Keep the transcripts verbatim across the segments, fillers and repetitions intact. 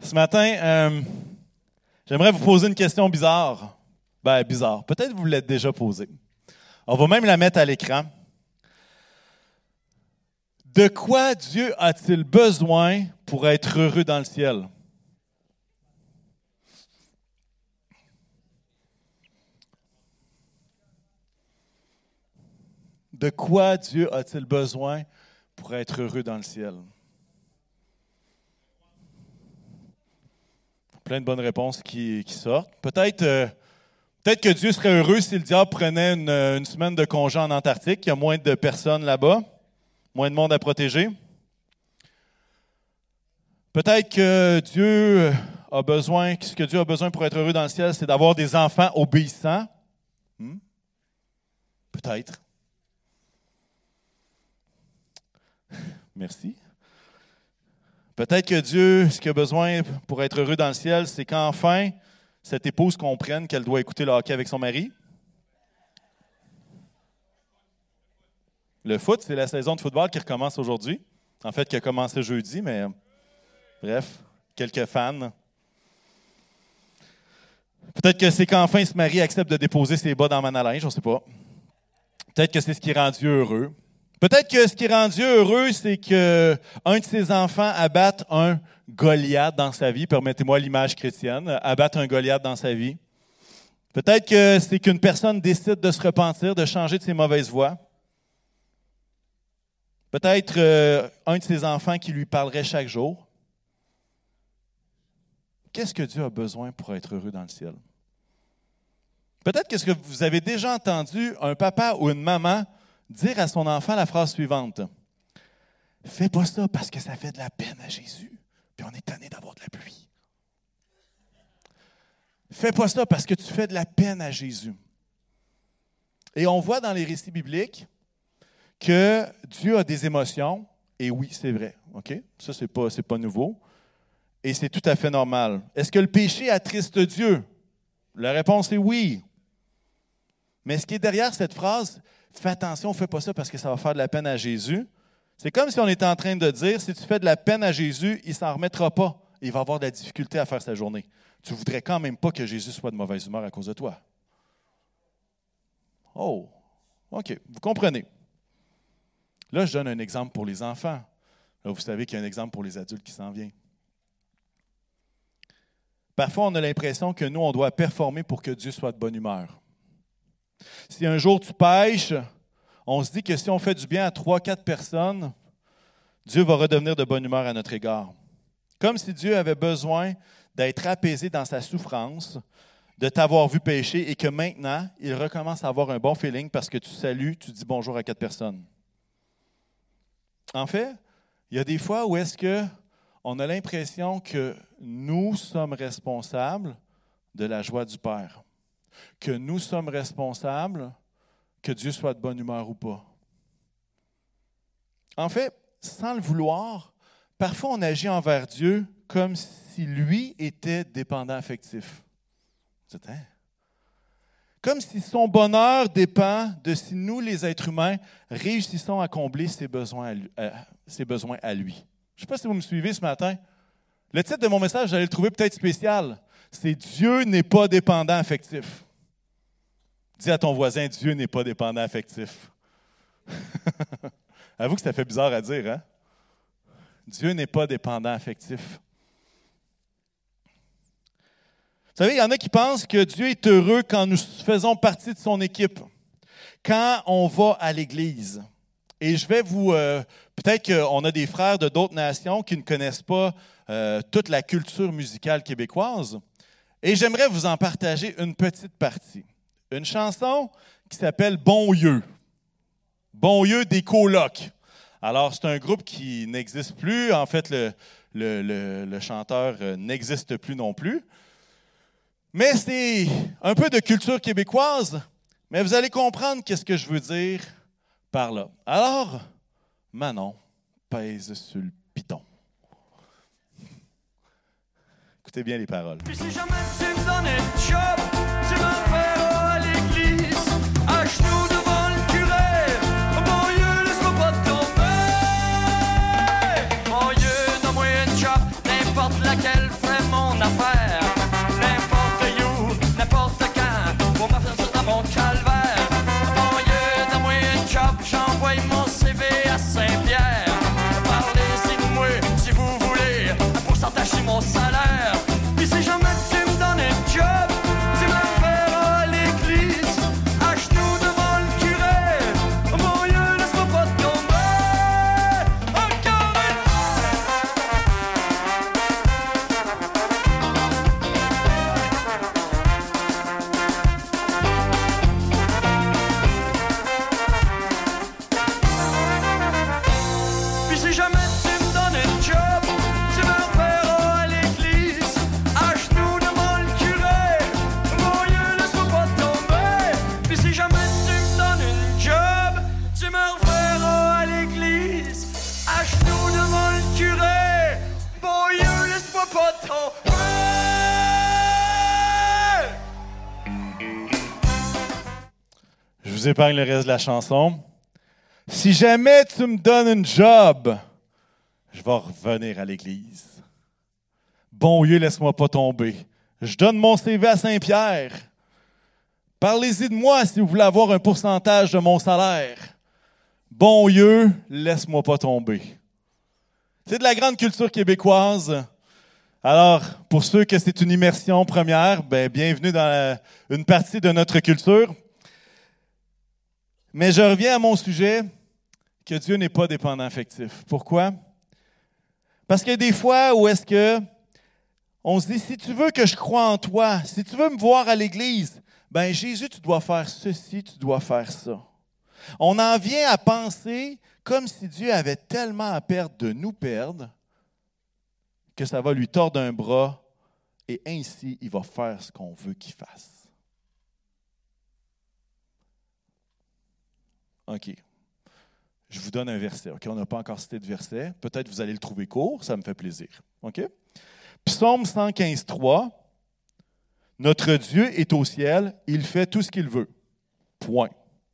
Ce matin, euh, j'aimerais vous poser une question bizarre. Ben, bizarre. Peut-être que vous l'êtes déjà posée. On va même la mettre à l'écran. De quoi Dieu a-t-il besoin pour être heureux dans le ciel? De quoi Dieu a-t-il besoin pour être heureux dans le ciel? Plein de bonnes réponses qui, qui sortent. Peut-être, euh, peut-être que Dieu serait heureux si le diable prenait une, une semaine de congé en Antarctique. Il y a moins de personnes là-bas, moins de monde à protéger. Peut-être que Dieu a besoin, ce que Dieu a besoin pour être heureux dans le ciel, c'est d'avoir des enfants obéissants. Hmm? Peut-être. Merci. Peut-être que Dieu, ce qu'il a besoin pour être heureux dans le ciel, c'est qu'enfin, cette épouse comprenne qu'elle doit écouter le hockey avec son mari. Le foot, c'est la saison de football qui recommence aujourd'hui. En fait, qui a commencé jeudi, mais bref, quelques fans. Peut-être que c'est qu'enfin ce mari accepte de déposer ses bas dans le mannelinge, je ne sais pas. Peut-être que c'est ce qui rend Dieu heureux. Peut-être que ce qui rend Dieu heureux, c'est qu'un de ses enfants abatte un Goliath dans sa vie. Permettez-moi l'image chrétienne, abatte un Goliath dans sa vie. Peut-être que c'est qu'une personne décide de se repentir, de changer de ses mauvaises voies. Peut-être euh, un de ses enfants qui lui parlerait chaque jour. Qu'est-ce que Dieu a besoin pour être heureux dans le ciel? Peut-être que ce que vous avez déjà entendu un papa ou une maman dire à son enfant la phrase suivante. « Fais pas ça parce que ça fait de la peine à Jésus, puis on est tanné d'avoir de la pluie. Fais pas ça parce que tu fais de la peine à Jésus. » Et on voit dans les récits bibliques que Dieu a des émotions, et oui, c'est vrai. OK? Ça, c'est pas, c'est pas nouveau. Et c'est tout à fait normal. Est-ce que le péché attriste Dieu? La réponse est oui. Mais ce qui est derrière cette phrase, fais attention, fais pas ça parce que ça va faire de la peine à Jésus. C'est comme si on était en train de dire, si tu fais de la peine à Jésus, il ne s'en remettra pas. Il va avoir de la difficulté à faire sa journée. Tu ne voudrais quand même pas que Jésus soit de mauvaise humeur à cause de toi. Oh, OK, vous comprenez. Là, je donne un exemple pour les enfants. Là, vous savez qu'il y a un exemple pour les adultes qui s'en vient. Parfois, on a l'impression que nous, on doit performer pour que Dieu soit de bonne humeur. Si un jour tu pêches, on se dit que si on fait du bien à trois, quatre personnes, Dieu va redevenir de bonne humeur à notre égard. Comme si Dieu avait besoin d'être apaisé dans sa souffrance, de t'avoir vu pécher et que maintenant, il recommence à avoir un bon feeling parce que tu salues, tu dis bonjour à quatre personnes. En fait, il y a des fois où est-ce qu'on a l'impression que nous sommes responsables de la joie du Père. Que nous sommes responsables que Dieu soit de bonne humeur ou pas. En fait, sans le vouloir, parfois on agit envers Dieu comme si lui était dépendant affectif. C'est hein? Comme si son bonheur dépend de si nous, les êtres humains, réussissons à combler ses besoins à lui. À, ses besoins à lui. Je ne sais pas si vous me suivez ce matin. Le titre de mon message, vous allez le trouver peut-être spécial. C'est « Dieu n'est pas dépendant affectif ». Dis à ton voisin, Dieu n'est pas dépendant affectif. Avoue que ça fait bizarre à dire, hein? Dieu n'est pas dépendant affectif. Vous savez, il y en a qui pensent que Dieu est heureux quand nous faisons partie de son équipe, quand on va à l'Église. Et je vais vous... Euh, peut-être qu'on a des frères de d'autres nations qui ne connaissent pas euh, toute la culture musicale québécoise. Et j'aimerais vous en partager une petite partie. Une chanson qui s'appelle « Bon Yeux ». « Bon Yeux » des colocs. Alors, c'est un groupe qui n'existe plus. En fait, le, le, le, le chanteur n'existe plus non plus. Mais c'est un peu de culture québécoise. Mais vous allez comprendre qu'est-ce que je veux dire par là. Alors, Manon pèse sur le piton. Écoutez bien les paroles. Puis si jamais tu me donnes une job, tu me verras à l'église, à genoux devant le curé. Mon Dieu, laisse-moi pas tomber. Mon Dieu, donne-moi une job, n'importe laquelle. ferais mon affaire. N'importe où, n'importe quand, pour me faire sortir mon calvaire. Bon lieu de moi un job, j'envoie mon C V à Saint-Pierre. Parlez-y de moi si vous voulez, un pourcentage sur mon salaire. Puis si jamais tu me donnes un job, tu me feras à l'église, à genoux devant le curé. Mon Dieu, laisse-moi pas tomber. Encore une Puis si jamais tu me donnes un job, tu me feras à l'église, à genoux devant le curé. Mon Dieu, laisse-moi pas tomber. Puis si jamais tu me donnes un job, tu me reverras à l'église, à genoux devant le curé. Mon Dieu, laisse-moi pas tomber. Je vous épargne le reste de la chanson. Si jamais tu me donnes un job, je vais revenir à l'église. Bon Dieu, laisse-moi pas tomber. Je donne mon C V à Saint-Pierre. Parlez-y de moi si vous voulez avoir un pourcentage de mon salaire. Bon Dieu, laisse-moi pas tomber. C'est de la grande culture québécoise. Alors, pour ceux que c'est une immersion première, ben, bienvenue dans la- une partie de notre culture. Mais je reviens à mon sujet, que Dieu n'est pas dépendant affectif. Pourquoi? Parce qu'il y a des fois où est-ce que on se dit, si tu veux que je croie en toi, si tu veux me voir à l'église, ben Jésus, tu dois faire ceci, tu dois faire ça. On en vient à penser comme si Dieu avait tellement à perdre de nous perdre que ça va lui tordre un bras et ainsi il va faire ce qu'on veut qu'il fasse. OK. Je vous donne un verset. OK, on n'a pas encore cité de verset. Peut-être vous allez le trouver court, ça me fait plaisir. OK? Psaume cent quinze, trois. Notre Dieu est au ciel, il fait tout ce qu'il veut. Point.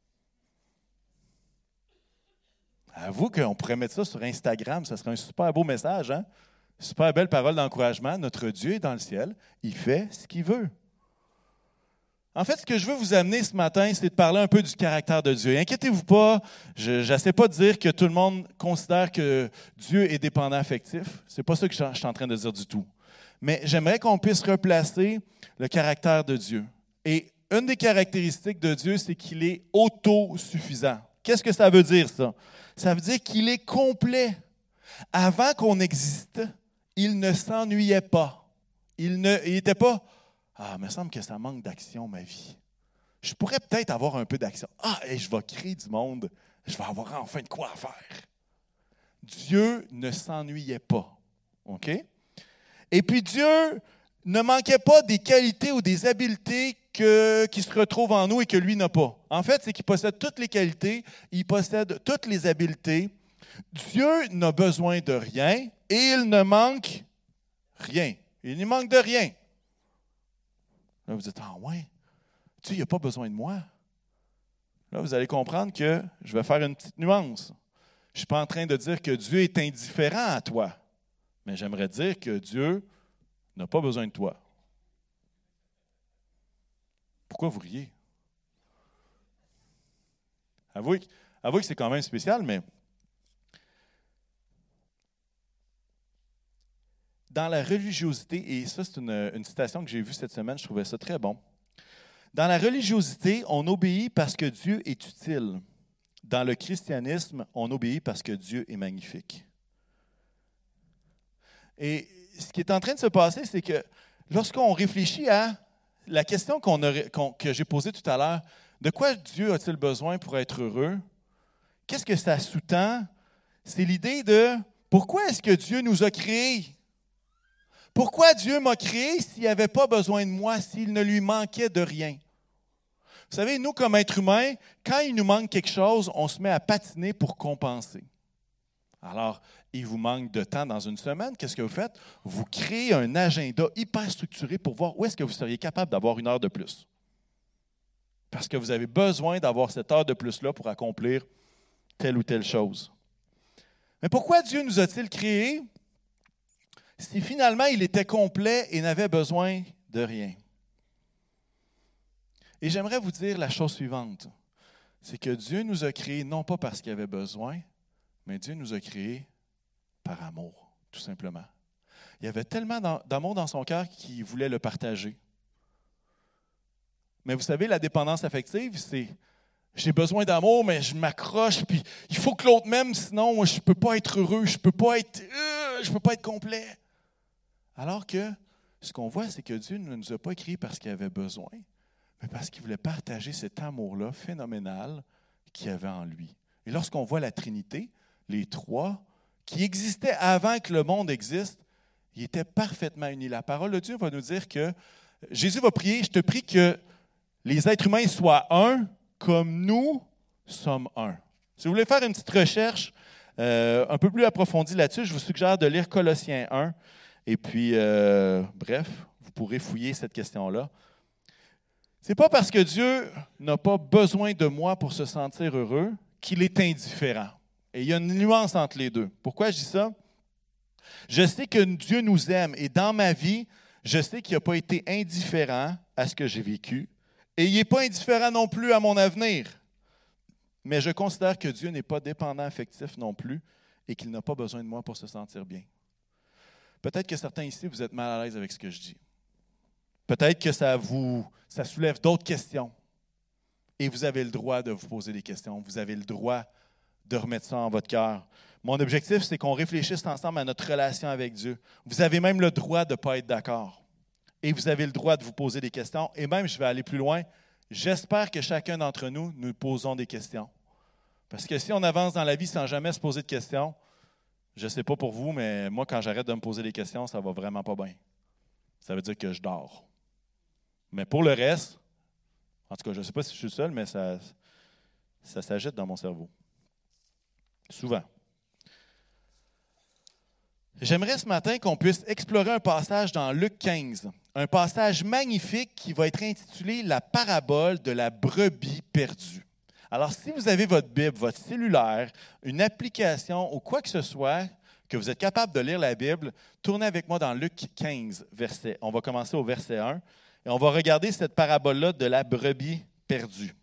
Avoue qu'on pourrait mettre ça sur Instagram, ça serait un super beau message, hein? Super belle parole d'encouragement. Notre Dieu est dans le ciel, il fait ce qu'il veut. En fait, ce que je veux vous amener ce matin, c'est de parler un peu du caractère de Dieu. Inquiétez-vous pas, je n'essaie pas de dire que tout le monde considère que Dieu est dépendant affectif. Ce n'est pas ça que je suis en train de dire du tout. Mais j'aimerais qu'on puisse replacer le caractère de Dieu. Et une des caractéristiques de Dieu, c'est qu'il est autosuffisant. Qu'est-ce que ça veut dire, ça? Ça veut dire qu'il est complet. Avant qu'on existe, il ne s'ennuyait pas. Il n'était pas... Ah, il me semble que ça manque d'action, ma vie. Je pourrais peut-être avoir un peu d'action. Ah, et je vais créer du monde. Je vais avoir enfin de quoi faire. Dieu ne s'ennuyait pas. OK? Et puis Dieu ne manquait pas des qualités ou des habiletés que, qui se retrouvent en nous et que lui n'a pas. En fait, c'est qu'il possède toutes les qualités, il possède toutes les habiletés. Dieu n'a besoin de rien et il ne manque rien. Il ne manque de rien. Là, vous dites, ah ouais, Dieu, il n'a pas besoin de moi. Là, vous allez comprendre que je vais faire une petite nuance. Je ne suis pas en train de dire que Dieu est indifférent à toi, mais j'aimerais dire que Dieu n'a pas besoin de toi. Pourquoi vous riez? Avouez, avouez que c'est quand même spécial, mais dans la religiosité, et ça c'est une, une citation que j'ai vue cette semaine, je trouvais ça très bon. Dans la religiosité, on obéit parce que Dieu est utile. Dans le christianisme, on obéit parce que Dieu est magnifique. Et ce qui est en train de se passer, c'est que lorsqu'on réfléchit à la question qu'on a, qu'on, que j'ai posée tout à l'heure, de quoi Dieu a-t-il besoin pour être heureux? Qu'est-ce que ça sous-tend? C'est l'idée de pourquoi est-ce que Dieu nous a créés? Pourquoi Dieu m'a créé s'il n'avait pas besoin de moi, s'il ne lui manquait de rien? Vous savez, nous, comme êtres humains, quand il nous manque quelque chose, on se met à patiner pour compenser. Alors, il vous manque de temps dans une semaine, qu'est-ce que vous faites? Vous créez un agenda hyper structuré pour voir où est-ce que vous seriez capable d'avoir une heure de plus. Parce que vous avez besoin d'avoir cette heure de plus-là pour accomplir telle ou telle chose. Mais pourquoi Dieu nous a-t-il créés si finalement il était complet et n'avait besoin de rien? Et j'aimerais vous dire la chose suivante, c'est que Dieu nous a créés non pas parce qu'il avait besoin, mais Dieu nous a créés par amour, tout simplement. Il y avait tellement d'amour dans son cœur qu'il voulait le partager. Mais vous savez, la dépendance affective, c'est j'ai besoin d'amour, mais je m'accroche, puis il faut que l'autre m'aime, sinon je ne peux pas être heureux, je ne peux pas être, euh, je peux pas être complet. Alors que ce qu'on voit, c'est que Dieu ne nous a pas créés parce qu'il avait besoin, mais parce qu'il voulait partager cet amour-là phénoménal qu'il y avait en lui. Et lorsqu'on voit la Trinité, les trois, qui existaient avant que le monde existe, ils étaient parfaitement unis. La parole de Dieu va nous dire que Jésus va prier, je te prie que les êtres humains soient un comme nous sommes un. Si vous voulez faire une petite recherche euh, un peu plus approfondie là-dessus, je vous suggère de lire Colossiens un. Et puis, euh, bref, vous pourrez fouiller cette question-là. Ce n'est pas parce que Dieu n'a pas besoin de moi pour se sentir heureux qu'il est indifférent. Et il y a une nuance entre les deux. Pourquoi je dis ça? Je sais que Dieu nous aime et dans ma vie, je sais qu'il n'a pas été indifférent à ce que j'ai vécu et il n'est pas indifférent non plus à mon avenir. Mais je considère que Dieu n'est pas dépendant affectif non plus et qu'il n'a pas besoin de moi pour se sentir bien. Peut-être que certains ici, vous êtes mal à l'aise avec ce que je dis. Peut-être que ça vous, ça soulève d'autres questions et vous avez le droit de vous poser des questions. Vous avez le droit de remettre ça en votre cœur. Mon objectif, c'est qu'on réfléchisse ensemble à notre relation avec Dieu. Vous avez même le droit de ne pas être d'accord. Et vous avez le droit de vous poser des questions. Et même, je vais aller plus loin, j'espère que chacun d'entre nous, nous posons des questions. Parce que si on avance dans la vie sans jamais se poser de questions, je ne sais pas pour vous, mais moi, quand j'arrête de me poser des questions, ça ne va vraiment pas bien. Ça veut dire que je dors. Mais pour le reste, en tout cas, je ne sais pas si je suis seul, mais ça, ça s'agite dans mon cerveau. Souvent. J'aimerais ce matin qu'on puisse explorer un passage dans Luc quinze, un passage magnifique qui va être intitulé « La parabole de la brebis perdue ». Alors, si vous avez votre Bible, votre cellulaire, une application ou quoi que ce soit, que vous êtes capable de lire la Bible, tournez avec moi dans Luc quinze, verset. On va commencer au verset un et on va regarder cette parabole-là de la brebis perdue.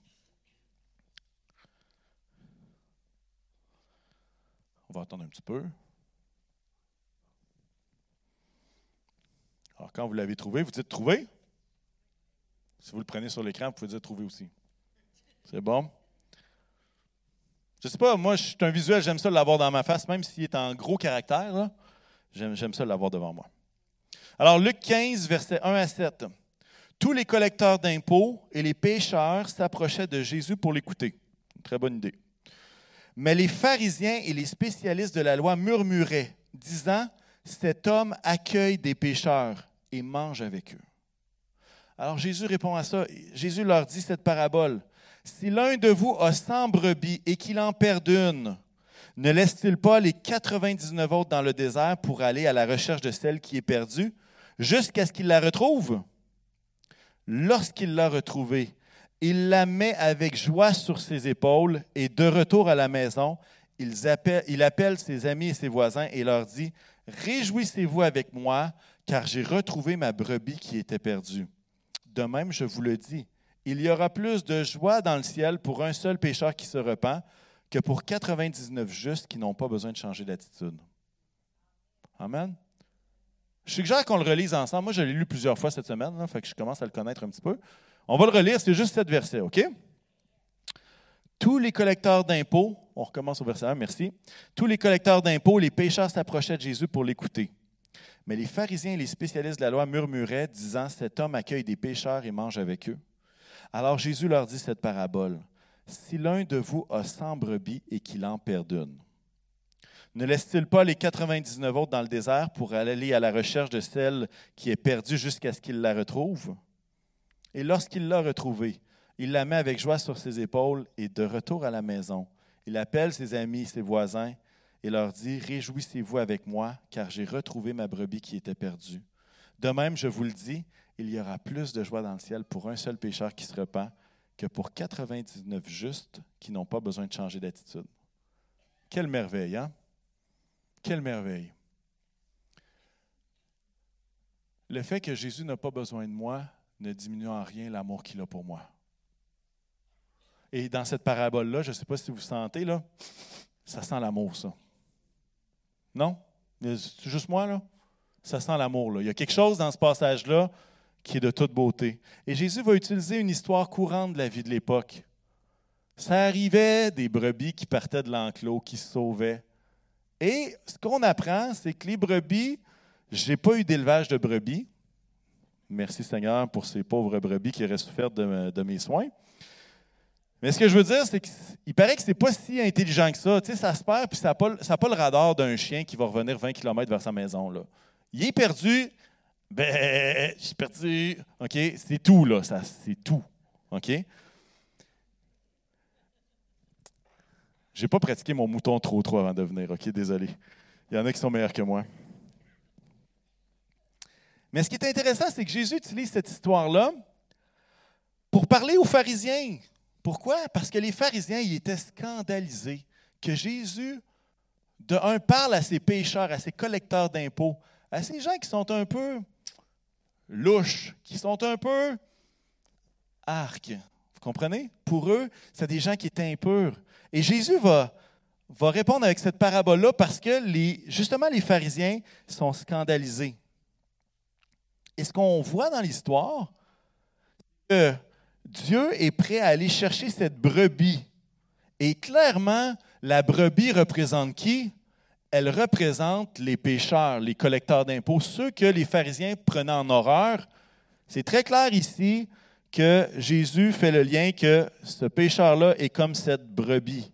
On va attendre un petit peu. Alors, quand vous l'avez trouvé, vous dites « trouver ». Si vous le prenez sur l'écran, vous pouvez dire « trouver » aussi. C'est bon? Je ne sais pas, moi, je suis un visuel, j'aime ça l'avoir dans ma face, même s'il est en gros caractère, là, j'aime, j'aime ça l'avoir devant moi. Alors, Luc quinze, versets un à sept. Tous les collecteurs d'impôts et les pécheurs s'approchaient de Jésus pour l'écouter. Une très bonne idée. Mais les pharisiens et les spécialistes de la loi murmuraient, disant « Cet homme accueille des pécheurs et mange avec eux. » Alors Jésus répond à ça. Jésus leur dit cette parabole. « Si l'un de vous a cent brebis et qu'il en perd une, ne laisse-t-il pas les quatre-vingt-dix-neuf autres dans le désert pour aller à la recherche de celle qui est perdue, jusqu'à ce qu'il la retrouve? Lorsqu'il l'a retrouvée, il la met avec joie sur ses épaules et de retour à la maison, il appelle, il appelle ses amis et ses voisins et leur dit « Réjouissez-vous avec moi, car j'ai retrouvé ma brebis qui était perdue. De même, je vous le dis, il y aura plus de joie dans le ciel pour un seul pécheur qui se repent que pour quatre-vingt-dix-neuf justes qui n'ont pas besoin de changer d'attitude. » Amen. Je suggère qu'on le relise ensemble. Moi, je l'ai lu plusieurs fois cette semaine, là, fait que je commence à le connaître un petit peu. On va le relire, c'est juste sept versets, OK? Tous les collecteurs d'impôts, on recommence au verset un, merci. Tous les collecteurs d'impôts, les pécheurs s'approchaient de Jésus pour l'écouter. Mais les pharisiens et les spécialistes de la loi murmuraient, disant « Cet homme accueille des pécheurs et mange avec eux. » Alors Jésus leur dit cette parabole. « Si l'un de vous a cent brebis et qu'il en perd une, ne laisse-t-il pas les quatre-vingt-dix-neuf autres dans le désert pour aller à la recherche de celle qui est perdue jusqu'à ce qu'il la retrouve? Et lorsqu'il l'a retrouvée, il la met avec joie sur ses épaules et de retour à la maison, il appelle ses amis, ses voisins et leur dit « Réjouissez-vous avec moi, car j'ai retrouvé ma brebis qui était perdue. De même, je vous le dis, il y aura plus de joie dans le ciel pour un seul pécheur qui se repent que pour quatre-vingt-dix-neuf justes qui n'ont pas besoin de changer d'attitude. » Quelle merveille, hein? Quelle merveille! le fait que Jésus n'a pas besoin de moi ne diminue en rien l'amour qu'il a pour moi. Et dans cette parabole-là, je ne sais pas si vous sentez, là, ça sent l'amour, ça. Non? C'est juste moi, là? Ça sent l'amour, là. Il y a quelque chose dans ce passage-là qui est de toute beauté. Et Jésus va utiliser une histoire courante de la vie de l'époque. Ça arrivait des brebis qui partaient de l'enclos, qui se sauvaient. Et ce qu'on apprend, c'est que les brebis, je n'ai pas eu d'élevage de brebis. Merci Seigneur pour ces pauvres brebis qui auraient souffert de, de mes soins. Mais ce que je veux dire, c'est qu'il paraît que ce n'est pas si intelligent que ça. Tu sais, ça se perd, puis ça n'a pas, pas le radar d'un chien qui va revenir vingt kilomètres vers sa maison, là. Il est perdu. Ben, je suis perdu. OK? C'est tout, là. Ça, c'est tout. OK? Je n'ai pas pratiqué mon mouton trop trop avant de venir. OK? Désolé. Il y en a qui sont meilleurs que moi. Mais ce qui est intéressant, c'est que Jésus utilise cette histoire-là pour parler aux pharisiens. Pourquoi? Parce que les pharisiens, ils étaient scandalisés que Jésus, de un, parle à ces pécheurs, à ces collecteurs d'impôts, à ces gens qui sont un peu louches, qui sont un peu arcs. Vous comprenez? Pour eux, c'est des gens qui étaient impurs. Et Jésus va, va répondre avec cette parabole-là parce que les, justement les pharisiens sont scandalisés. Et ce qu'on voit dans l'histoire, c'est que Dieu est prêt à aller chercher cette brebis. Et clairement, la brebis représente qui? Elle représente les pécheurs, les collecteurs d'impôts, ceux que les pharisiens prenaient en horreur. C'est très clair ici que Jésus fait le lien que ce pécheur-là est comme cette brebis.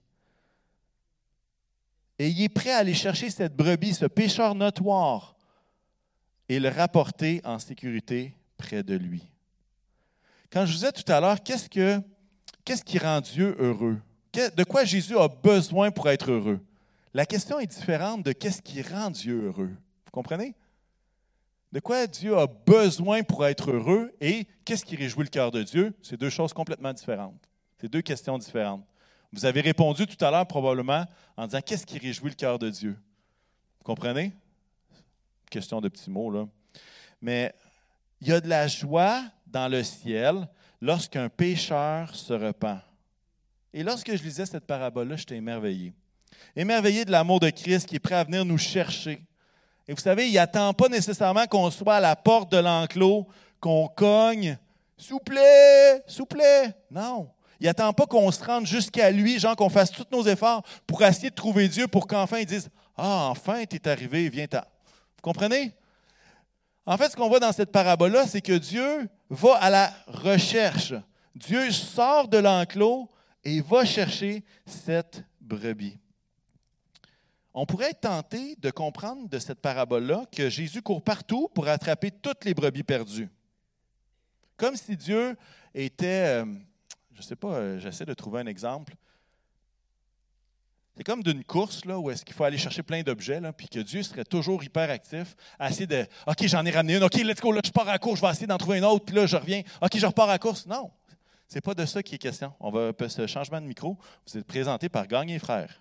Et il est prêt à aller chercher cette brebis, ce pécheur notoire, et le rapporter en sécurité près de lui. Quand je vous disais tout à l'heure, qu'est-ce, que, qu'est-ce qui rend Dieu heureux? De quoi Jésus a besoin pour être heureux? La question est différente de qu'est-ce qui rend Dieu heureux. Vous comprenez? De quoi Dieu a besoin pour être heureux et qu'est-ce qui réjouit le cœur de Dieu? C'est deux choses complètement différentes. C'est deux questions différentes. Vous avez répondu tout à l'heure probablement en disant qu'est-ce qui réjouit le cœur de Dieu? Vous comprenez? Question de petits mots, là. Mais il y a de la joie dans le ciel lorsqu'un pécheur se repent. Et lorsque je lisais cette parabole-là, j'étais émerveillé. Émerveillé de l'amour de Christ qui est prêt à venir nous chercher. Et vous savez, il n'attend pas nécessairement qu'on soit à la porte de l'enclos, qu'on cogne. « S'il vous plaît, s'il vous plaît. » Non. Il n'attend pas qu'on se rende jusqu'à lui, genre qu'on fasse tous nos efforts pour essayer de trouver Dieu pour qu'enfin il dise « Ah, enfin, tu es arrivé, viens-t'en. » Vous comprenez? En fait, ce qu'on voit dans cette parabole-là, c'est que Dieu va à la recherche. Dieu sort de l'enclos et va chercher cette brebis. On pourrait être tenté de comprendre de cette parabole-là que Jésus court partout pour attraper toutes les brebis perdues. Comme si Dieu était, euh, je ne sais pas, euh, j'essaie de trouver un exemple. C'est comme d'une course là, où est-ce qu'il faut aller chercher plein d'objets, là, puis que Dieu serait toujours hyper actif, à essayer de « OK, j'en ai ramené une, OK, let's go, là, je pars à la course, je vais essayer d'en trouver une autre, puis là, je reviens, OK, je repars à la course. » Non, ce n'est pas de ça qui est question. On va, ce changement de micro, vous êtes présenté par Gagné Frères.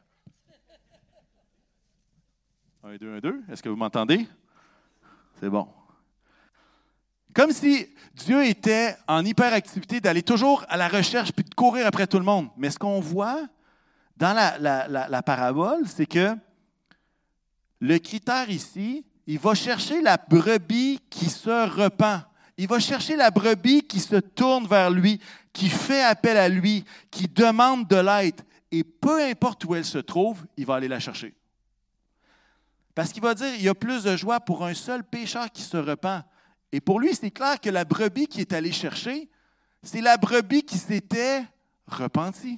Un, deux, un, deux. Est-ce que vous m'entendez? C'est bon. Comme si Dieu était en hyperactivité d'aller toujours à la recherche puis de courir après tout le monde. Mais ce qu'on voit dans la, la, la, la parabole, c'est que le critère ici, il va chercher la brebis qui se repent. Il va chercher la brebis qui se tourne vers lui, qui fait appel à lui, qui demande de l'aide. Et peu importe où elle se trouve, il va aller la chercher. Parce qu'il va dire, il y a plus de joie pour un seul pécheur qui se repent. Et pour lui, c'est clair que la brebis qui est allée chercher, c'est la brebis qui s'était repentie.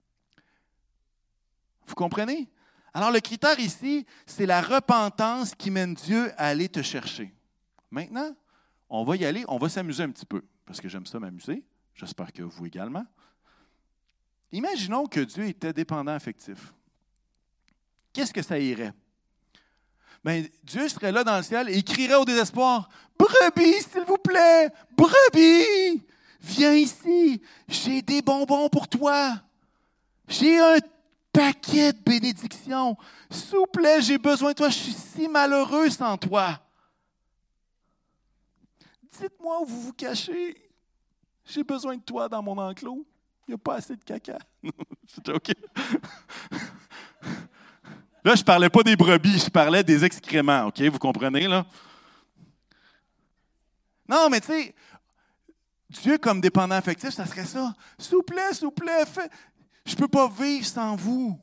Vous comprenez? Alors, le critère ici, c'est la repentance qui mène Dieu à aller te chercher. Maintenant, on va y aller, on va s'amuser un petit peu, parce que j'aime ça m'amuser. J'espère que vous également. Imaginons que Dieu était dépendant affectif. Qu'est-ce que ça irait? Bien, Dieu serait là dans le ciel et il crierait au désespoir, « Brebis, s'il vous plaît! Brebis! Viens ici! J'ai des bonbons pour toi! J'ai un paquet de bénédictions! S'il vous plaît, j'ai besoin de toi! Je suis si malheureux sans toi! » dites-moi où vous vous cachez. J'ai besoin de toi dans mon enclos. Il n'y a pas assez de caca. C'est OK. Là, je ne parlais pas des brebis, je parlais des excréments, OK? Vous comprenez, là? Non, mais tu sais, Dieu comme dépendant affectif, ça serait ça. S'il vous plaît, s'il vous plaît, fait... je ne peux pas vivre sans vous.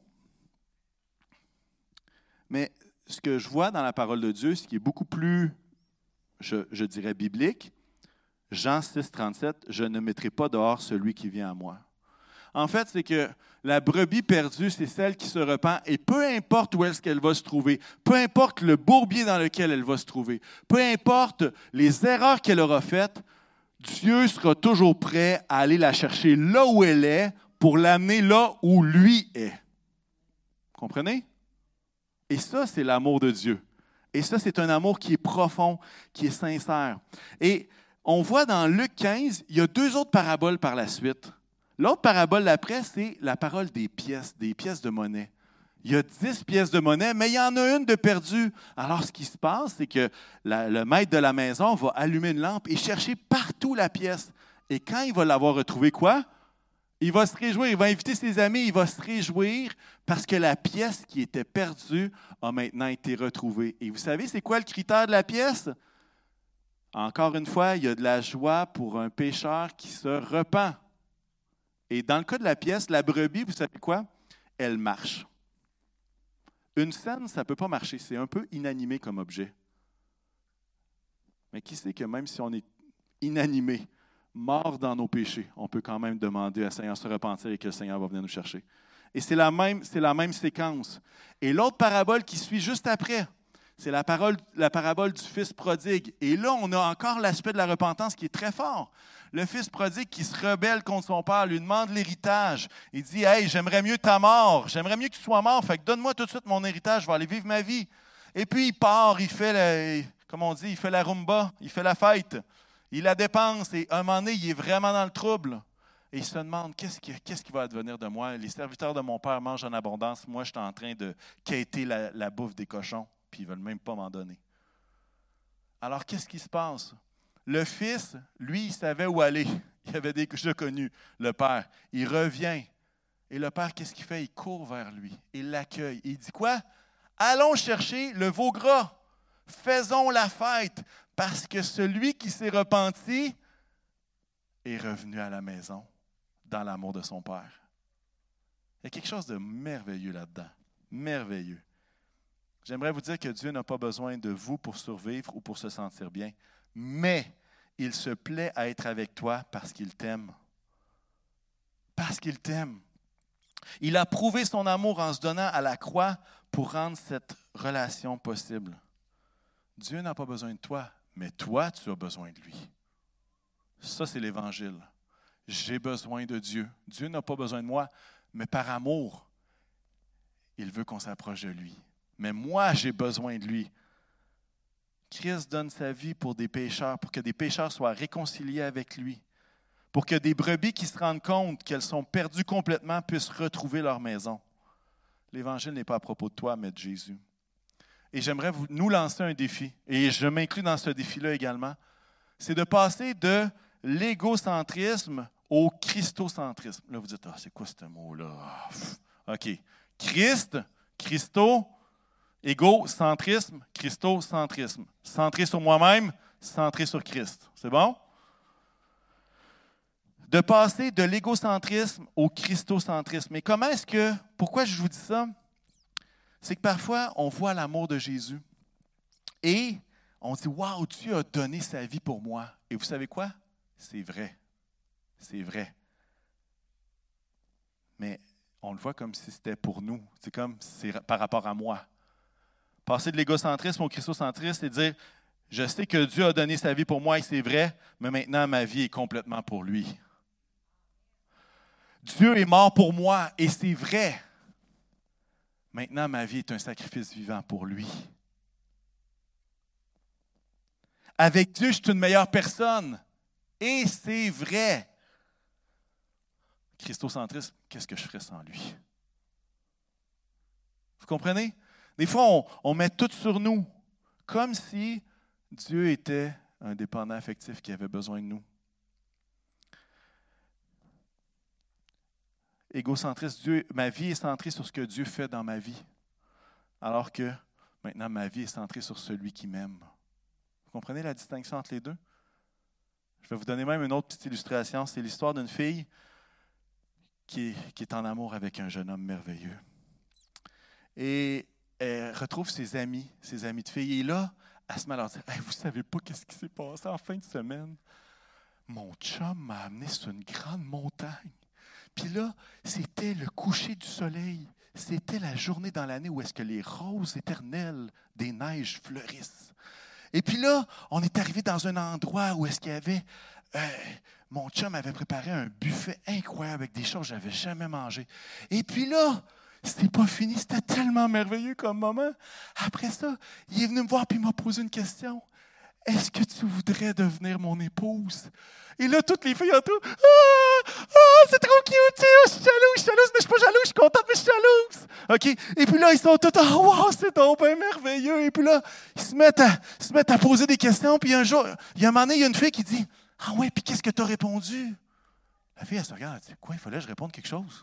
Mais ce que je vois dans la parole de Dieu, ce qui est beaucoup plus, je, je dirais, biblique, Jean six, trente-sept, « Je ne mettrai pas dehors celui qui vient à moi. » En fait, c'est que la brebis perdue, c'est celle qui se repent, et peu importe où est-ce qu'elle va se trouver, peu importe le bourbier dans lequel elle va se trouver, peu importe les erreurs qu'elle aura faites, Dieu sera toujours prêt à aller la chercher là où elle est pour l'amener là où lui est. Comprenez? Et ça, c'est l'amour de Dieu. Et ça, c'est un amour qui est profond, qui est sincère. Et on voit dans Luc quinze, il y a deux autres paraboles par la suite. L'autre parabole d'après, c'est la parole des pièces, des pièces de monnaie. Il y a dix pièces de monnaie, mais il y en a une de perdue. Alors, ce qui se passe, c'est que la, le maître de la maison va allumer une lampe et chercher partout la pièce. Et quand il va l'avoir retrouvée, quoi? Il va se réjouir, il va inviter ses amis, il va se réjouir parce que la pièce qui était perdue a maintenant été retrouvée. Et vous savez, c'est quoi le critère de la pièce? Encore une fois, il y a de la joie pour un pécheur qui se repent. Et dans le cas de la pièce, la brebis, vous savez quoi? Elle marche. Une scène, ça ne peut pas marcher. C'est un peu inanimé comme objet. Mais qui sait que même si on est inanimé, mort dans nos péchés, on peut quand même demander à Seigneur de se repentir et que le Seigneur va venir nous chercher. Et c'est la même, c'est la même séquence. Et l'autre parabole qui suit juste après, c'est la, parole, la parabole du fils prodigue. Et là, on a encore l'aspect de la repentance qui est très fort. Le fils prodigue qui se rebelle contre son père, lui demande l'héritage. Il dit « Hey, j'aimerais mieux ta mort, j'aimerais mieux que tu sois mort, fait que donne-moi tout de suite mon héritage, je vais aller vivre ma vie. » Et puis il part, il fait, la, comme on dit, il fait la rumba, il fait la fête, il la dépense et à un moment donné, il est vraiment dans le trouble. Et il se demande, qu'est-ce qui, qu'est-ce qui va advenir de moi? Les serviteurs de mon père mangent en abondance, moi je suis en train de quêter la, la bouffe des cochons, puis ils ne veulent même pas m'en donner. Alors qu'est-ce qui se passe? Le fils, lui, il savait où aller. Il avait déjà connu le père. Il revient. Et le père, qu'est-ce qu'il fait? Il court vers lui. Il l'accueille. Il dit quoi? Allons chercher le veau gras. Faisons la fête. Parce que celui qui s'est repenti est revenu à la maison dans l'amour de son père. Il y a quelque chose de merveilleux là-dedans. Merveilleux. J'aimerais vous dire que Dieu n'a pas besoin de vous pour survivre ou pour se sentir bien. Mais il se plaît à être avec toi parce qu'il t'aime. Parce qu'il t'aime. Il a prouvé son amour en se donnant à la croix pour rendre cette relation possible. Dieu n'a pas besoin de toi, mais toi, tu as besoin de lui. Ça, c'est l'Évangile. J'ai besoin de Dieu. Dieu n'a pas besoin de moi, mais par amour, il veut qu'on s'approche de lui. Mais moi, j'ai besoin de lui. Christ donne sa vie pour des pécheurs, pour que des pécheurs soient réconciliés avec lui, pour que des brebis qui se rendent compte qu'elles sont perdues complètement puissent retrouver leur maison. L'Évangile n'est pas à propos de toi, mais de Jésus. Et j'aimerais vous, nous lancer un défi, et je m'inclus dans ce défi-là également, c'est de passer de l'égocentrisme au christocentrisme. Là, vous dites, ah, c'est quoi ce mot-là? OK. Christ, Christo, égocentrisme, christocentrisme. Centré sur moi-même, centré sur Christ. C'est bon? De passer de l'égocentrisme au christocentrisme. Mais comment est-ce que, pourquoi je vous dis ça? C'est que parfois, on voit l'amour de Jésus et on dit, waouh, Dieu a donné sa vie pour moi. Et vous savez quoi? C'est vrai. C'est vrai. Mais on le voit comme si c'était pour nous. C'est comme c'est par rapport à moi. Passer de l'égocentrisme au christocentrisme, c'est dire, je sais que Dieu a donné sa vie pour moi et c'est vrai, mais maintenant ma vie est complètement pour lui. Dieu est mort pour moi et c'est vrai. Maintenant ma vie est un sacrifice vivant pour lui. Avec Dieu, je suis une meilleure personne et c'est vrai. Christocentrisme, qu'est-ce que je ferais sans lui? Vous comprenez? Des fois, on, on met tout sur nous, comme si Dieu était un dépendant affectif qui avait besoin de nous. Égocentriste, Dieu, ma vie est centrée sur ce que Dieu fait dans ma vie, alors que maintenant ma vie est centrée sur celui qui m'aime. Vous comprenez la distinction entre les deux? Je vais vous donner même une autre petite illustration. C'est l'histoire d'une fille qui est, qui est en amour avec un jeune homme merveilleux. Et elle retrouve ses amis, ses amis de filles. Et là, elle se met à leur dire hey, « Vous ne savez pas ce qui s'est passé en fin de semaine? Mon chum m'a amené sur une grande montagne. Puis là, c'était le coucher du soleil. C'était la journée dans l'année où est-ce que les roses éternelles des neiges fleurissent. Et puis là, on est arrivé dans un endroit où est-ce qu'il y avait... Euh, mon chum avait préparé un buffet incroyable avec des choses que je n'avais jamais mangées. Et puis là, c'était pas fini. C'était tellement merveilleux comme moment. Après ça, il est venu me voir et il m'a posé une question. Est-ce que tu voudrais devenir mon épouse? Et là, toutes les filles autour, ah, ah, c'est trop cute, je suis jalouse, je suis jalouse, mais je suis pas jalouse, je suis contente, mais je suis jalouse. OK? Et puis là, ils sont tous, ah, wow, c'est donc bien merveilleux. Et puis là, ils se mettent à, se mettent à poser des questions. Puis un jour, il y a un moment donné, il y a une fille qui dit, ah ouais, puis qu'est-ce que tu as répondu? La fille, elle se regarde, elle dit, quoi, il fallait que je réponde quelque chose?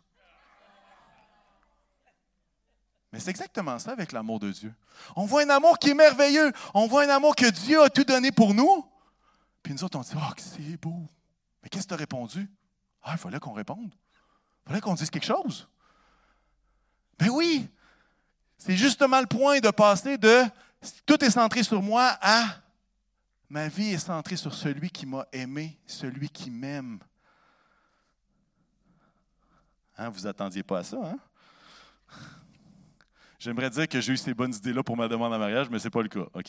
Mais c'est exactement ça avec l'amour de Dieu. On voit un amour qui est merveilleux. On voit un amour que Dieu a tout donné pour nous. Puis nous autres, on dit, ah, oh, c'est beau. Mais qu'est-ce que tu as répondu? Ah, il fallait qu'on réponde. Il fallait qu'on dise quelque chose. Ben oui, c'est justement le point de passer de tout est centré sur moi à ma vie est centrée sur celui qui m'a aimé, celui qui m'aime. Hein, vous n'attendiez pas à ça, hein? J'aimerais dire que j'ai eu ces bonnes idées-là pour ma demande en mariage, mais ce n'est pas le cas, OK?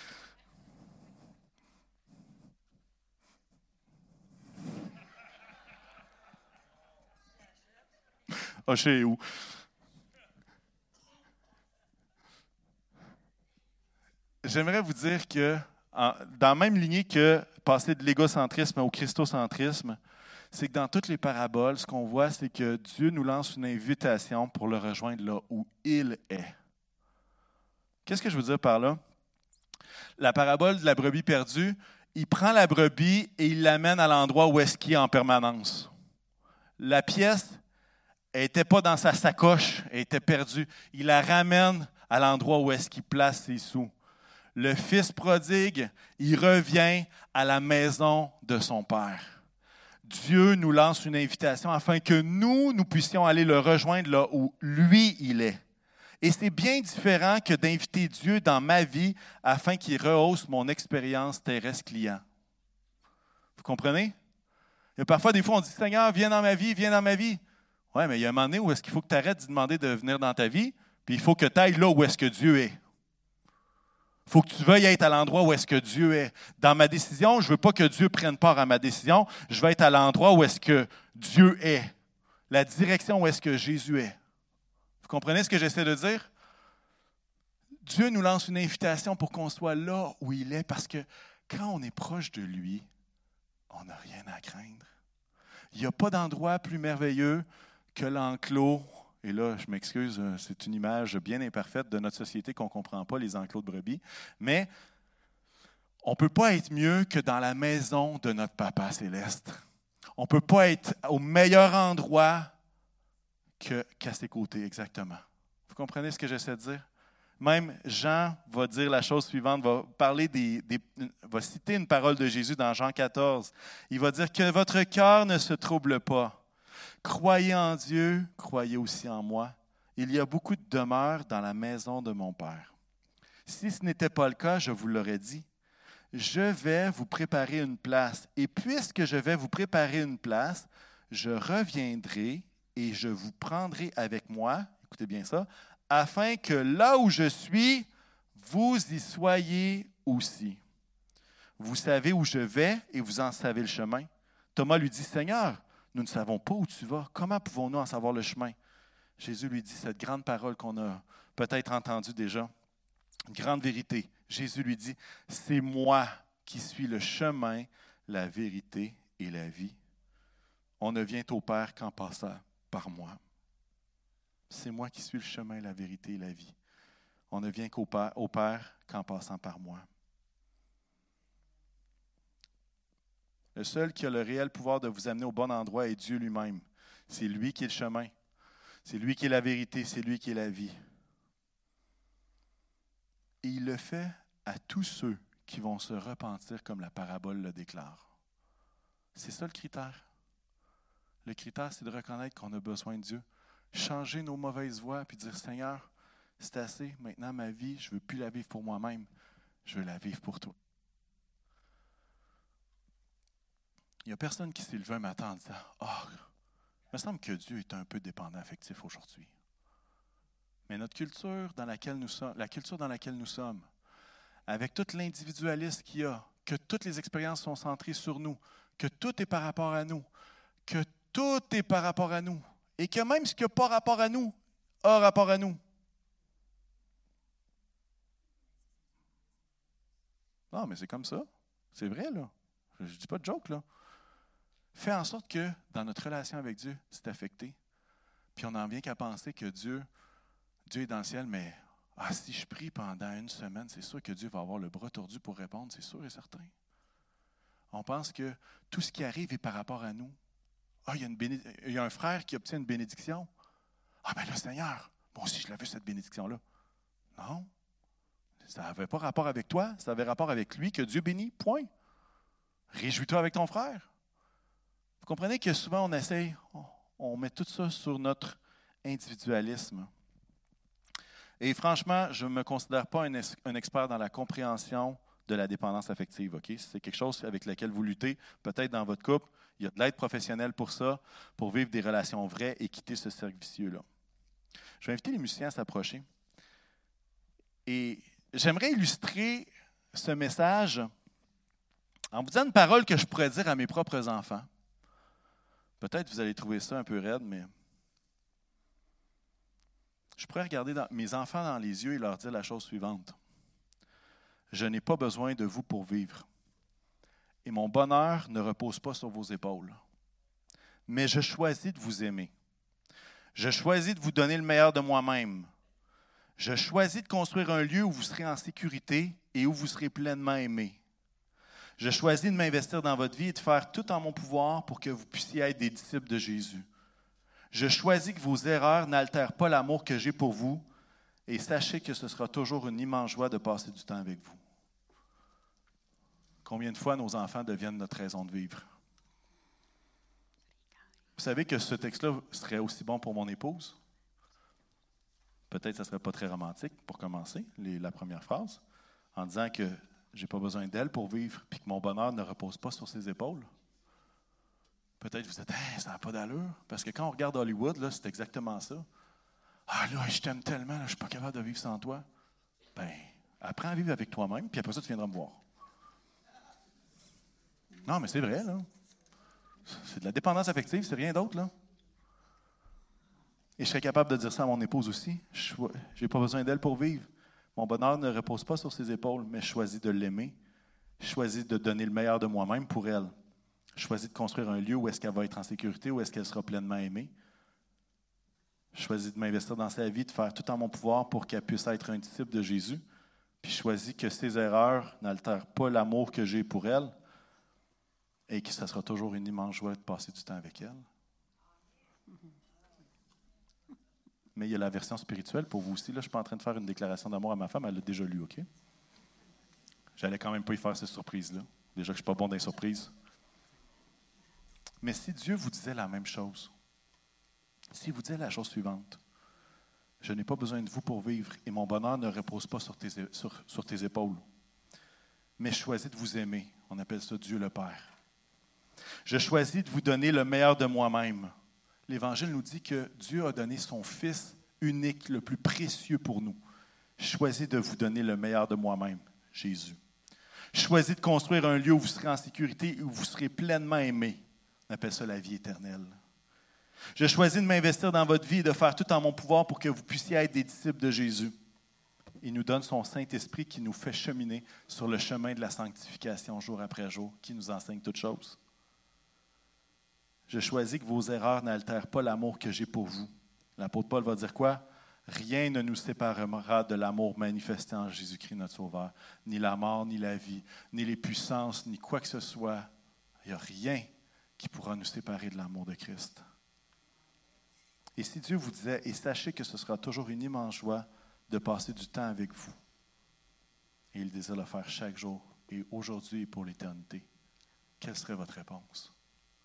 Ah, je sais où. J'aimerais vous dire que, en, dans la même lignée que passer de l'égocentrisme au christocentrisme, c'est que dans toutes les paraboles, ce qu'on voit, c'est que Dieu nous lance une invitation pour le rejoindre là où il est. Qu'est-ce que je veux dire par là? La parabole de la brebis perdue, il prend la brebis et il l'amène à l'endroit où est-ce qu'il est en permanence. La pièce n'était pas dans sa sacoche, elle était perdue. Il la ramène à l'endroit où est-ce qu'il place ses sous. Le fils prodigue, il revient à la maison de son père. Dieu nous lance une invitation afin que nous, nous puissions aller le rejoindre là où lui, il est. Et c'est bien différent que d'inviter Dieu dans ma vie afin qu'il rehausse mon expérience terrestre client. Vous comprenez? Il y a parfois des fois, on dit « Seigneur, viens dans ma vie, viens dans ma vie. » Oui, mais il y a un moment donné où est-ce qu'il faut que tu arrêtes de demander de venir dans ta vie, puis il faut que tu ailles là où est-ce que Dieu est. Il faut que tu veuilles être à l'endroit où est-ce que Dieu est. Dans ma décision, je ne veux pas que Dieu prenne part à ma décision. Je veux être à l'endroit où est-ce que Dieu est. La direction où est-ce que Jésus est. Vous comprenez ce que j'essaie de dire? Dieu nous lance une invitation pour qu'on soit là où il est, parce que quand on est proche de lui, on n'a rien à craindre. Il n'y a pas d'endroit plus merveilleux que l'enclos. Et là, je m'excuse, c'est une image bien imparfaite de notre société qu'on ne comprend pas, les enclos de brebis. Mais on ne peut pas être mieux que dans la maison de notre Papa céleste. On ne peut pas être au meilleur endroit que, qu'à ses côtés, exactement. Vous comprenez ce que j'essaie de dire? Même Jean va dire la chose suivante, va parler des, des, va citer une parole de Jésus dans Jean quatorze. Il va dire que votre cœur ne se trouble pas. Croyez en Dieu, croyez aussi en moi. Il y a beaucoup de demeures dans la maison de mon Père. Si ce n'était pas le cas, je vous l'aurais dit. Je vais vous préparer une place. Et puisque je vais vous préparer une place, je reviendrai et je vous prendrai avec moi, écoutez bien ça, afin que là où je suis, vous y soyez aussi. Vous savez où je vais et vous en savez le chemin. Thomas lui dit, Seigneur, nous ne savons pas où tu vas. Comment pouvons-nous en savoir le chemin? Jésus lui dit cette grande parole qu'on a peut-être entendue déjà, une grande vérité. Jésus lui dit, c'est moi qui suis le chemin, la vérité et la vie. On ne vient au Père qu'en passant par moi. C'est moi qui suis le chemin, la vérité et la vie. On ne vient qu'au Père, au Père qu'en passant par moi. Le seul qui a le réel pouvoir de vous amener au bon endroit est Dieu lui-même. C'est lui qui est le chemin. C'est lui qui est la vérité. C'est lui qui est la vie. Et il le fait à tous ceux qui vont se repentir comme la parabole le déclare. C'est ça le critère. Le critère, c'est de reconnaître qu'on a besoin de Dieu. Changer nos mauvaises voies puis dire, Seigneur, c'est assez. Maintenant, ma vie, je ne veux plus la vivre pour moi-même. Je veux la vivre pour toi. Il n'y a personne qui s'est levé un matin en disant, « Ah, oh, il me semble que Dieu est un peu dépendant affectif aujourd'hui. » Mais notre culture dans laquelle nous sommes, la culture dans laquelle nous sommes, avec tout l'individualisme qu'il y a, que toutes les expériences sont centrées sur nous, que tout est par rapport à nous, que tout est par rapport à nous, et que même ce qui n'a pas rapport à nous a rapport à nous. Non, mais c'est comme ça. C'est vrai, là. Je ne dis pas de joke, là. Fait en sorte que dans notre relation avec Dieu, c'est affecté. Puis on n'en vient qu'à penser que Dieu, Dieu est dans le ciel, mais ah, si je prie pendant une semaine, c'est sûr que Dieu va avoir le bras tordu pour répondre, c'est sûr et certain. On pense que tout ce qui arrive est par rapport à nous. Ah, il y a, une béné- il y a un frère qui obtient une bénédiction. Ah, ben là, Seigneur, moi aussi, je l'ai vu, cette bénédiction-là. Non. Ça n'avait pas rapport avec toi, ça avait rapport avec lui que Dieu bénit, point. Réjouis-toi avec ton frère. Vous comprenez que souvent, on essaye, on, on met tout ça sur notre individualisme. Et franchement, je ne me considère pas un, es- un expert dans la compréhension de la dépendance affective. Okay? Si c'est quelque chose avec lequel vous luttez, peut-être dans votre couple, il y a de l'aide professionnelle pour ça, pour vivre des relations vraies et quitter ce cercle vicieux-là. Je vais inviter les musiciens à s'approcher. Et j'aimerais illustrer ce message en vous disant une parole que je pourrais dire à mes propres enfants. Peut-être que vous allez trouver ça un peu raide, mais je pourrais regarder dans, mes enfants dans les yeux et leur dire la chose suivante. Je n'ai pas besoin de vous pour vivre. Et mon bonheur ne repose pas sur vos épaules. Mais je choisis de vous aimer. Je choisis de vous donner le meilleur de moi-même. Je choisis de construire un lieu où vous serez en sécurité et où vous serez pleinement aimé. Je choisis de m'investir dans votre vie et de faire tout en mon pouvoir pour que vous puissiez être des disciples de Jésus. Je choisis que vos erreurs n'altèrent pas l'amour que j'ai pour vous et sachez que ce sera toujours une immense joie de passer du temps avec vous. Combien de fois nos enfants deviennent notre raison de vivre? Vous savez que ce texte-là serait aussi bon pour mon épouse? Peut-être que ce ne serait pas très romantique pour commencer, les, la première phrase, en disant que je n'ai pas besoin d'elle pour vivre puis que mon bonheur ne repose pas sur ses épaules. Peut-être que vous dites hey, « ça n'a pas d'allure ». Parce que quand on regarde Hollywood, là, c'est exactement ça. « Ah là, je t'aime tellement, là, je ne suis pas capable de vivre sans toi. » Bien, apprends à vivre avec toi-même, puis après ça, tu viendras me voir. Non, mais c'est vrai, là. C'est de la dépendance affective, c'est rien d'autre, là. Et je serais capable de dire ça à mon épouse aussi. Je n'ai pas besoin d'elle pour vivre. Mon bonheur ne repose pas sur ses épaules, mais je choisis de l'aimer. Je choisis de donner le meilleur de moi-même pour elle. Je choisis de construire un lieu où est-ce qu'elle va être en sécurité, où est-ce qu'elle sera pleinement aimée. Je choisis de m'investir dans sa vie, de faire tout en mon pouvoir pour qu'elle puisse être un disciple de Jésus. Puis je choisis que ses erreurs n'altèrent pas l'amour que j'ai pour elle et que ça sera toujours une immense joie de passer du temps avec elle. Mais il y a la version spirituelle pour vous aussi. Là, je ne suis pas en train de faire une déclaration d'amour à ma femme, elle l'a déjà lu, OK? J'allais quand même pas y faire cette surprise-là. Déjà que je ne suis pas bon dans les surprises. Mais si Dieu vous disait la même chose, s'il vous disait la chose suivante, je n'ai pas besoin de vous pour vivre et mon bonheur ne repose pas sur tes, sur, sur tes épaules, mais je choisis de vous aimer. On appelle ça Dieu le Père. Je choisis de vous donner le meilleur de moi-même. L'Évangile nous dit que Dieu a donné son Fils unique, le plus précieux pour nous. Je choisis de vous donner le meilleur de moi-même, Jésus. Je choisis de construire un lieu où vous serez en sécurité et où vous serez pleinement aimé. On appelle ça la vie éternelle. Je choisis de m'investir dans votre vie et de faire tout en mon pouvoir pour que vous puissiez être des disciples de Jésus. Il nous donne son Saint-Esprit qui nous fait cheminer sur le chemin de la sanctification jour après jour, qui nous enseigne toutes choses. Je choisis que vos erreurs n'altèrent pas l'amour que j'ai pour vous. L'apôtre Paul va dire quoi? Rien ne nous séparera de l'amour manifesté en Jésus-Christ notre Sauveur. Ni la mort, ni la vie, ni les puissances, ni quoi que ce soit. il n'y a rien qui pourra nous séparer de l'amour de Christ. Et si Dieu vous disait, et sachez que ce sera toujours une immense joie de passer du temps avec vous, et il désire le faire chaque jour, et aujourd'hui et pour l'éternité, quelle serait votre réponse?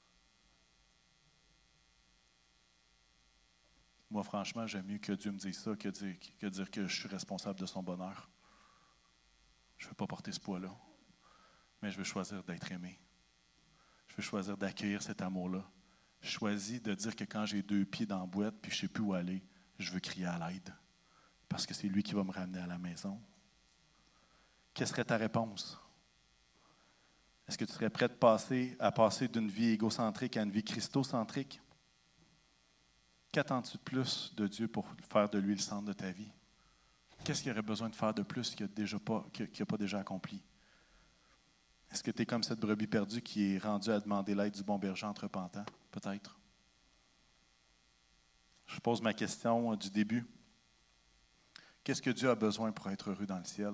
Moi, franchement, j'aime mieux que Dieu me dise ça que dire, que dire que je suis responsable de son bonheur. Je ne veux pas porter ce poids-là, mais je veux choisir d'être aimé. Je veux choisir d'accueillir cet amour-là. Je choisis de dire que quand j'ai deux pieds dans la boîte puis je ne sais plus où aller, je veux crier à l'aide parce que c'est lui qui va me ramener à la maison. Quelle serait ta réponse? Est-ce que tu serais prêt de passer, à passer d'une vie égocentrique à une vie christocentrique? Qu'attends-tu de plus de Dieu pour faire de lui le centre de ta vie? Qu'est-ce qu'il aurait besoin de faire de plus qu'il n'a déjà pas, qu'il n'a pas déjà accompli? Est-ce que tu es comme cette brebis perdue qui est rendue à demander l'aide du bon berger entrepentant? Peut-être. Je pose ma question du début. Qu'est-ce que Dieu a besoin pour être heureux dans le ciel?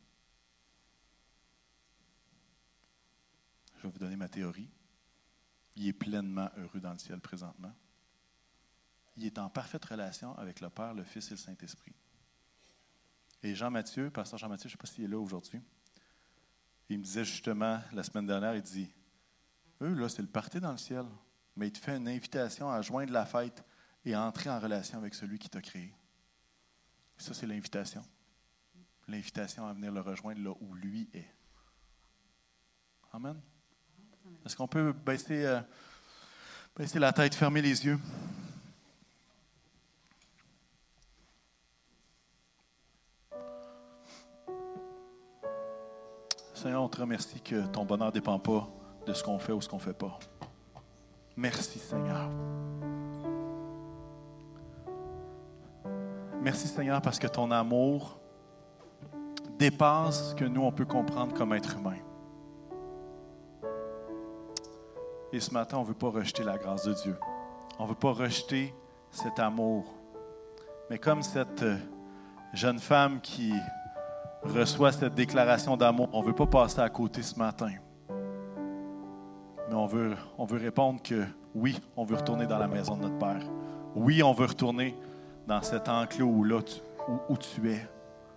Je vais vous donner ma théorie. Il est pleinement heureux dans le ciel présentement. Il est en parfaite relation avec le Père, le Fils et le Saint-Esprit. Et Jean-Mathieu, pasteur Jean-Mathieu, je ne sais pas s'il est là aujourd'hui, il me disait justement la semaine dernière, il dit, eux, là, c'est le party dans le ciel, mais il te fait une invitation à joindre la fête et à entrer en relation avec celui qui t'a créé. Et ça, c'est l'invitation. L'invitation à venir le rejoindre là où lui est. Amen. Est-ce qu'on peut baisser, euh, baisser la tête, fermer les yeux? Seigneur, on te remercie que ton bonheur ne dépend pas de ce qu'on fait ou ce qu'on ne fait pas. Merci, Seigneur. Merci, Seigneur, parce que ton amour dépasse ce que nous, on peut comprendre comme être humain. Et ce matin, on ne veut pas rejeter la grâce de Dieu. On ne veut pas rejeter cet amour. Mais comme cette jeune femme qui reçoit cette déclaration d'amour, on ne veut pas passer à côté ce matin. Mais on veut, on veut répondre que oui, on veut retourner dans la maison de notre Père. Oui, on veut retourner dans cet enclos où, là, tu, où, où tu es.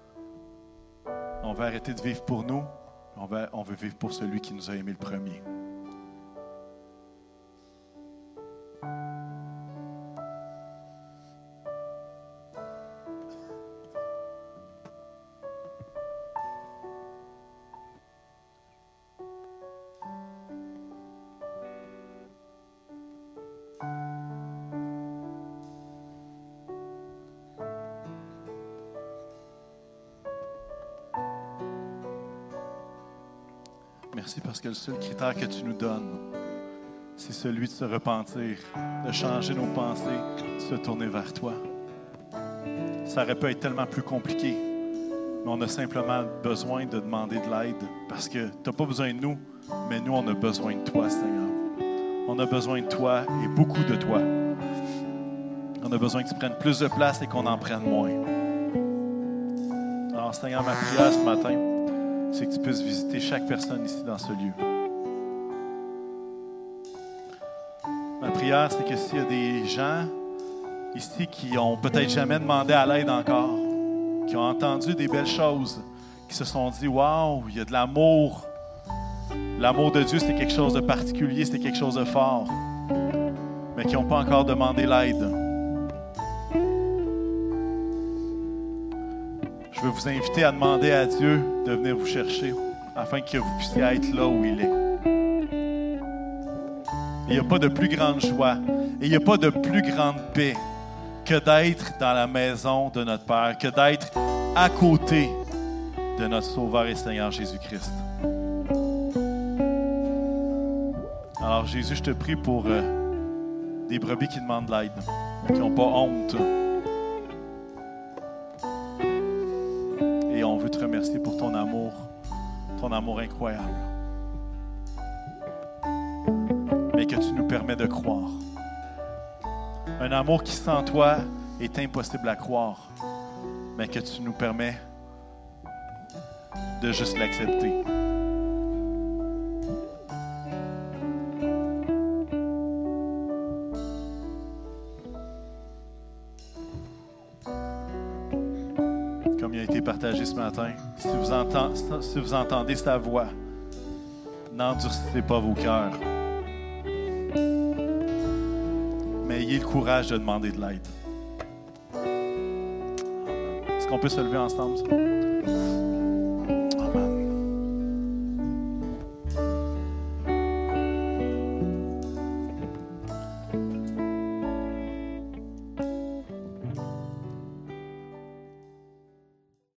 On veut arrêter de vivre pour nous. On veut, on veut vivre pour celui qui nous a aimés le premier. Merci parce que le seul critère que tu nous donnes, c'est celui de se repentir, de changer nos pensées, de se tourner vers toi. Ça aurait pu être tellement plus compliqué, mais on a simplement besoin de demander de l'aide parce que tu n'as pas besoin de nous, mais nous, on a besoin de toi, Seigneur. On a besoin de toi et beaucoup de toi. On a besoin que tu prennes plus de place et qu'on en prenne moins. Alors, Seigneur, ma prière ce matin, c'est que tu puisses visiter chaque personne ici dans ce lieu. Ma prière, c'est que s'il y a des gens ici qui n'ont peut-être jamais demandé à l'aide encore, qui ont entendu des belles choses, qui se sont dit « Wow, il y a de l'amour. L'amour de Dieu, c'est quelque chose de particulier, c'est quelque chose de fort. » mais qui n'ont pas encore demandé l'aide. Je veux vous inviter à demander à Dieu de venir vous chercher afin que vous puissiez être là où il est. Il n'y a pas de plus grande joie et il n'y a pas de plus grande paix que d'être dans la maison de notre Père, que d'être à côté de notre Sauveur et Seigneur Jésus-Christ. Alors Jésus, je te prie pour euh, des brebis qui demandent de l'aide, qui n'ont pas honte. Et on veut te remercier pour ton amour, ton amour incroyable. Mais que tu nous permets de croire. Un amour qui sans toi est impossible à croire, mais que tu nous permets de juste l'accepter. a été partagé ce matin. Si vous, entend, si vous entendez sa voix, n'endurcissez pas vos cœurs. Mais ayez le courage de demander de l'aide. Est-ce qu'on peut se lever ensemble? Ça?